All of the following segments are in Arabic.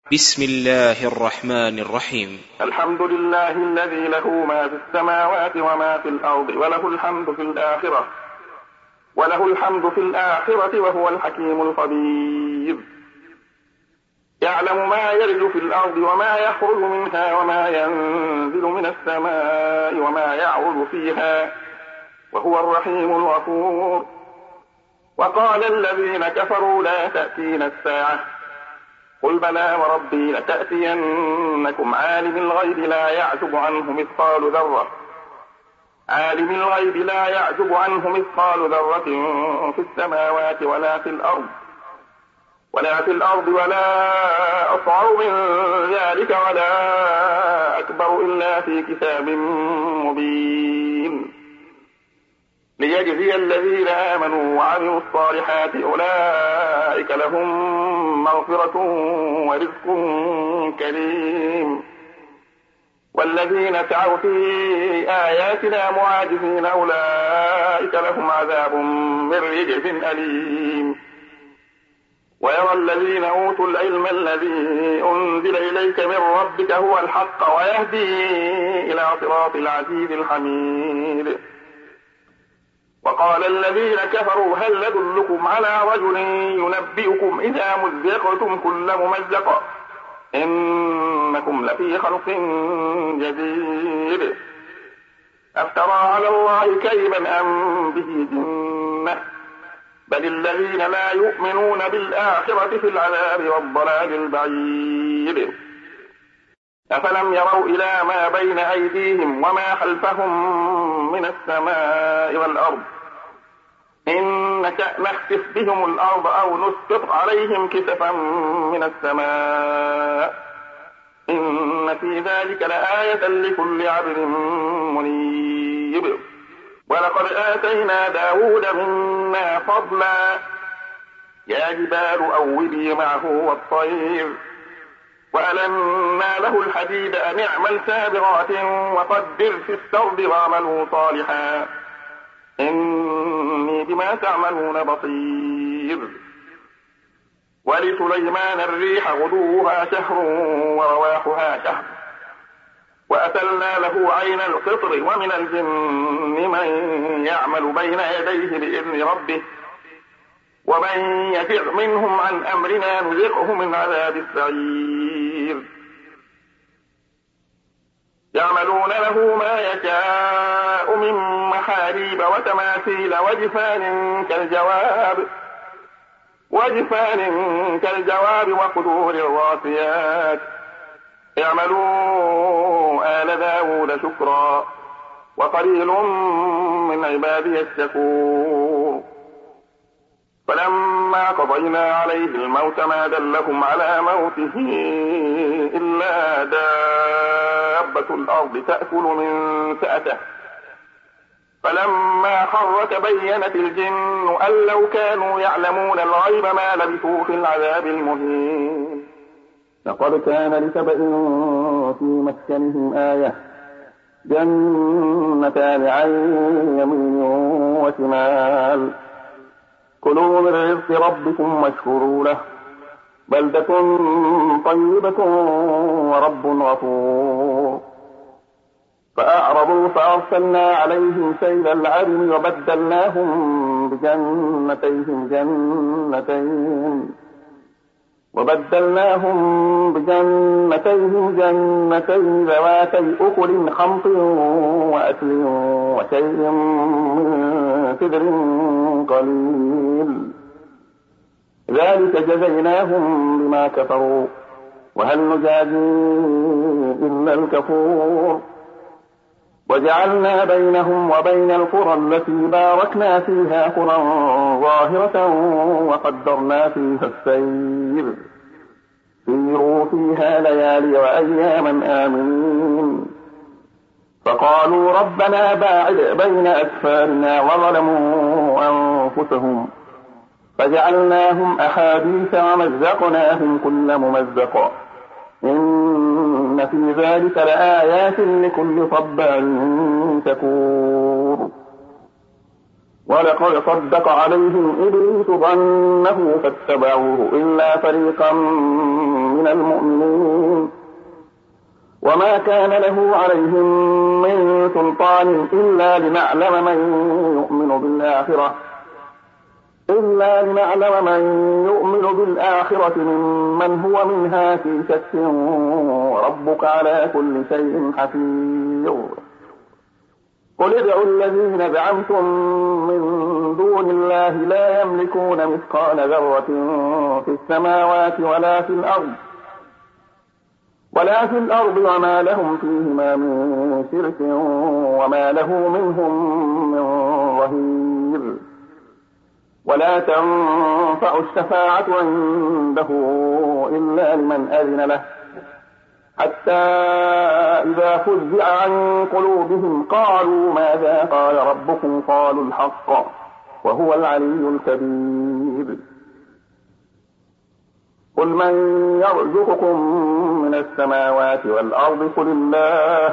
بسم الله الرحمن الرحيم. الحمد لله الذي له ما في السماوات وما في الأرض وله الحمد في الآخرة وهو الحكيم الخبير. يعلم ما يلج في الأرض وما يخرج منها وما ينزل من السماء وما يعرج فيها وهو الرحيم الغفور. وقال الذين كفروا لا تأتينا الساعة قل بلى وربي لتأتينكم عالم الغيب لا يعزب عنه مثقال ذرة في السماوات ولا في الأرض ولا أصغر من ذلك ولا أكبر إلا في كتاب مبين ليجزي الذين آمنوا وعملوا الصالحات أولئك لهم مغفرة ورزق كريم. والذين سعوا في آياتنا معاجزين أولئك لهم عذاب من رجز أليم. ويرى الذين أوتوا العلم الذي أنزل إليك من ربك هو الحق ويهدي إلى صراط العزيز الحميد. وقال الذين كفروا هل ندلكم على رجل ينبئكم إذا مزقتم كل ممزق إنكم لفي خلق جديد أفترى على الله كذبا أم به جنة بل الذين لا يؤمنون بالآخرة في العذاب والضلال البعيد. أفلم يروا إلى ما بين أيديهم وما خلفهم من السماء والأرض إن نشأ نخسف بهم الأرض أو نسقط عليهم كسفا من السماء إن في ذلك لآية لكل عبد منيب. ولقد آتينا داود منا فضلا يا جبال أوبي معه والطير وألنا له الحديد أن اعمل سابغات وقدر في السرد واعملوا صالحا إني بما تعملون بصير. ولسليمان الريح غدوها شهر ورواحها شهر وأتلنا له عين القطر ومن الجن من يعمل بين يديه بإذن ربه ومن يزغ منهم عن أمرنا نذقه من عذاب السعير. يعملون له ما يشاء من محاريب وتماثيل وجفان كالجواب وقدور الراسيات اعملوا آل داود شكرا وقليل من عبادي الشكور. فلما قضينا عليه الموت ما دلهم على موته إلا دابة الأرض تأكل من سأته فلما خر تبينت الجن أن لو كانوا يعلمون الغيب ما لبثوا في العذاب المهين. لقد كان لسبإ في مسكنهم آية جنتان عن يمين وشمال كلوا من رزق ربكم واشكروا له بلدة طيبة ورب غفور. فأعرضوا فأرسلنا عليهم سيل العرم وبدلناهم بجنتين جنتين ذواتي أكل خمط وأكل وشيء من سدر قليل ذلك جزيناهم بما كفروا وهل نجازي إلا الكفور. وجعلنا بينهم وبين القرى التي باركنا فيها قرى ظاهرة وقدرنا فيها السير سيروا فيها ليالي وأياما آمنين. فقالوا ربنا باعد بين أسفارنا وظلموا أنفسهم فجعلناهم أحاديث ومزقناهم كل ممزق إن في ذلك لآيات لكل صبار شكور. ولقد صدق عليهم إبليس ظنه فاتبعوه إلا فريقا من المؤمنين وما كان له عليهم من سلطان إلا لنعلم من يؤمن بالآخرة ممن هو منها في شك وربك على كل شيء حفيظ. قل ادعوا الذين زعمتم من دون الله لا يملكون مثقال ذرة في السماوات ولا في الأرض وما لهم فيهما من شرك وما له منهم من ظهير. ولا تنفع الشفاعة عنده إلا لمن أذن له حتى إذا فزع عن قلوبهم قالوا ماذا قال ربكم قالوا الحق وهو العلي الكبير. قل من يرزقكم من السماوات والأرض قل الله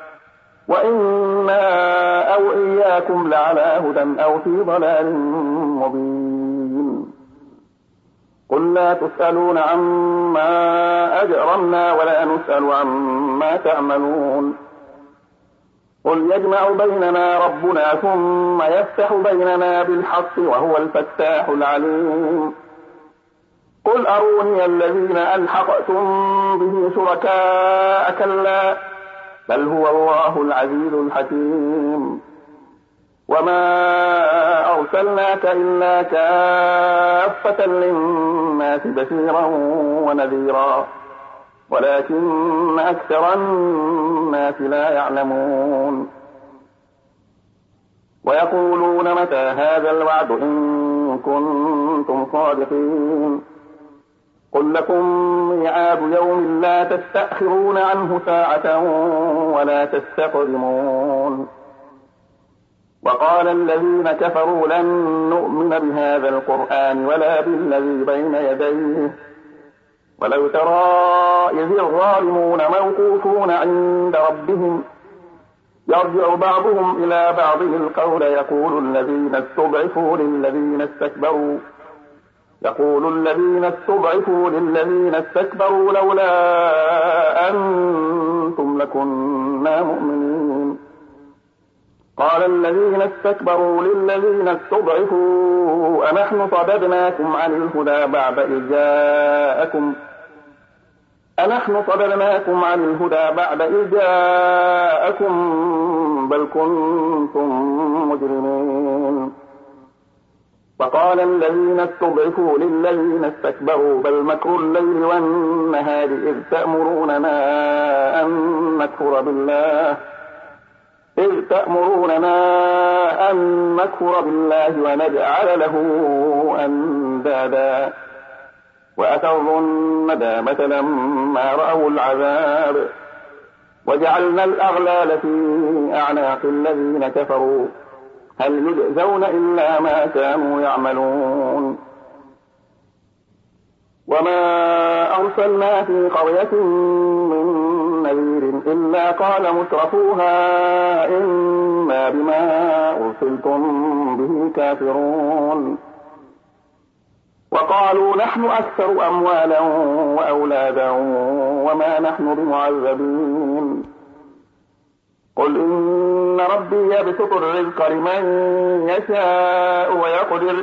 وإنا أو إياكم لعلى هدى أو في ضلال مبين. قل لا تسألون عما أجرمنا ولا نسأل عما تعملون. قل يجمع بيننا ربنا ثم يفتح بيننا بالحق وهو الفتاح العليم. قل أروني الذين ألحقتم به شركاء كلا بل هو الله العزيز الحكيم. وما أرسلناك إلا كافة للناس بشيرا ونذيرا ولكن أكثر الناس لا يعلمون. ويقولون متى هذا الوعد إن كنتم صادقين. قل لكم ميعاد يوم لا تستأخرون عنه ساعة ولا تستقدمون. وقال الذين كفروا لن نؤمن بهذا القرآن ولا بالذي بين يديه ولو ترى إذ الظالمون موقوفون عند ربهم يرجع بعضهم إلى بعض القول يقول الذين استضعفوا للذين استكبروا لولا أنتم لكنا مؤمنين. قال الذين استكبروا للذين استضعفوا أنحن صددناكم عن الهدى بعد إذ جاءكم بل كنتم مجرمين. فقال الذين استضعفوا للذين استكبروا بل مكر الليل والنهار إذ تأمروننا أن نكفر بالله ونجعل له أندادا وأسروا الندامة لما رأوا العذاب وجعلنا الأغلال في أعناق الذين كفروا هل يجزون إلا ما كانوا يعملون. وما أرسلنا في قرية من نذير إلا قال مترفوها إنا بما أرسلتم به كافرون. وقالوا نحن أكثر أموالا وأولادا وما نحن بمعذبين. قل إن ربي يبسط الرزق لمن يشاء ويقدر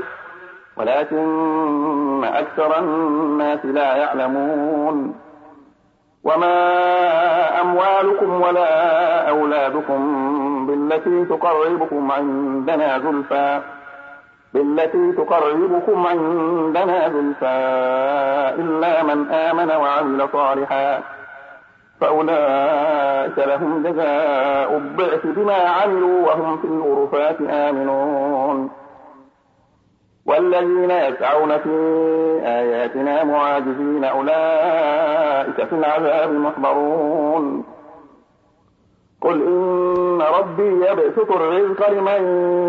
ولكن أكثر الناس لا يعلمون. وما أموالكم ولا أولادكم بالتي تقربكم عندنا زلفى إلا من آمن وعمل صالحا فأولئك لهم جزاء الضعف بما عملوا وهم في الغرفات آمنون. والذين يسعون في آياتنا معاجزين أولئك في العذاب محضرون. قل إن ربي يبسط الرزق لمن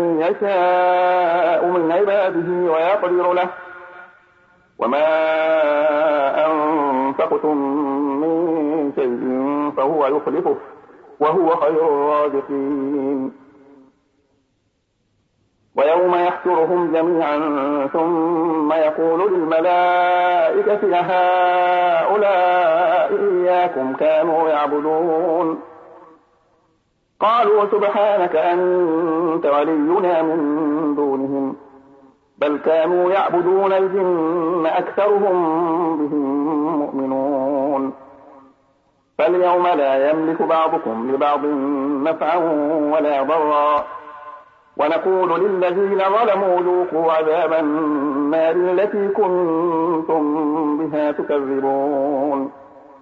يشاء من عباده ويقدر له وما أنفقتم من شيء فهو يخلفه وهو خير الرازقين. ويوم يحشرهم جميعا ثم يقول للملائكة هؤلاء إياكم كانوا يعبدون قالوا سبحانك أنت ولينا من دونهم بل كانوا يعبدون الجن أكثرهم بهم مؤمنون فاليوم لا يملك بعضكم لبعض نفعا ولا ضرا ونقول للذين ظلموا ذوقوا عذاب النار التي كنتم بها تكذبون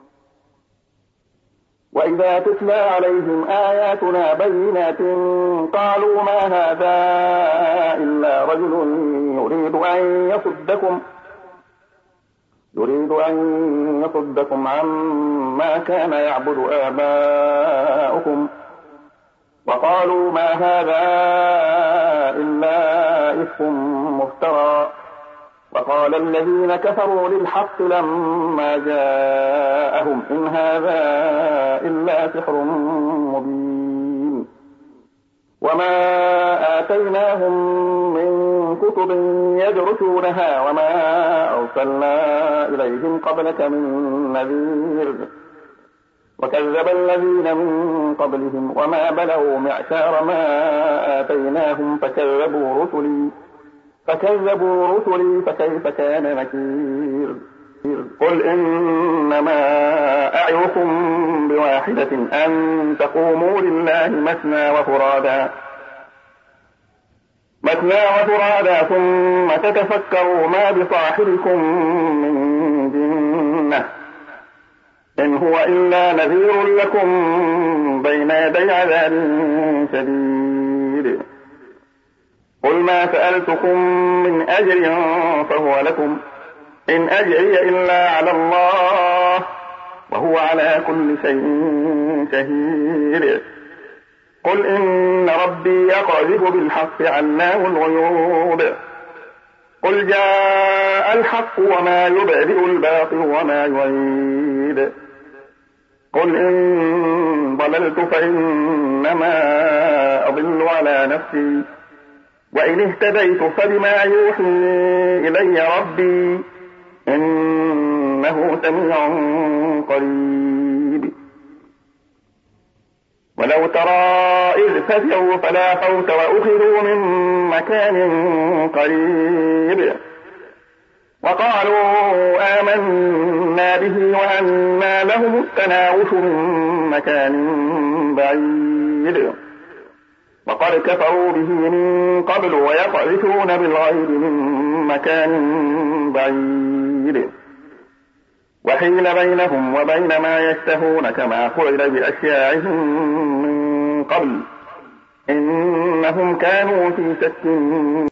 وإذا تتلى عليهم آياتنا بينات قالوا ما هذا إلا رجل يريد أن يصدكم عما كان يعبد آباؤكم وقالوا ما هذا إلا إفك مفترى وقال الذين كفروا للحق لما جاءهم إن هذا إلا سحر مبين وما آتيناهم من كتب يدرسونها وما أرسلنا إليهم قبلك من نذير وكذب الذين من قبلهم وما بلغوا معشار ما آتيناهم فكذبوا رسلي فكيف كان نكير قل إنما أعظكم بواحدة أن تقوموا لله مثنى وفرادا ثم تتفكروا ما بصاحبكم من جنة إن هو إلا نذير لكم بين يدي عذاب شديد قل ما سألتكم من أجر فهو لكم إن أجري إلا على الله وهو على كل شيء شهيد قل إن ربي يقذف بالحق علام الغيوب قل جاء الحق وما يبدئ الباطل وما يعيد قل إن ضللت فإنما أضل على نفسي وإن اهتديت فبما يوحي إلي ربي إنه سميع قريب ولو ترى إذ فزعوا فلا فوت وأخذوا من مكان قريب وقالوا آمنا به وأنى لهم التناوش من مكان بعيد وقد كفروا به من قبل ويقذفون بالغيب من مكان بعيد وحيل بينهم وبين ما يشتهون كما فعل بأشياعهم من قبل إنهم كانوا في شك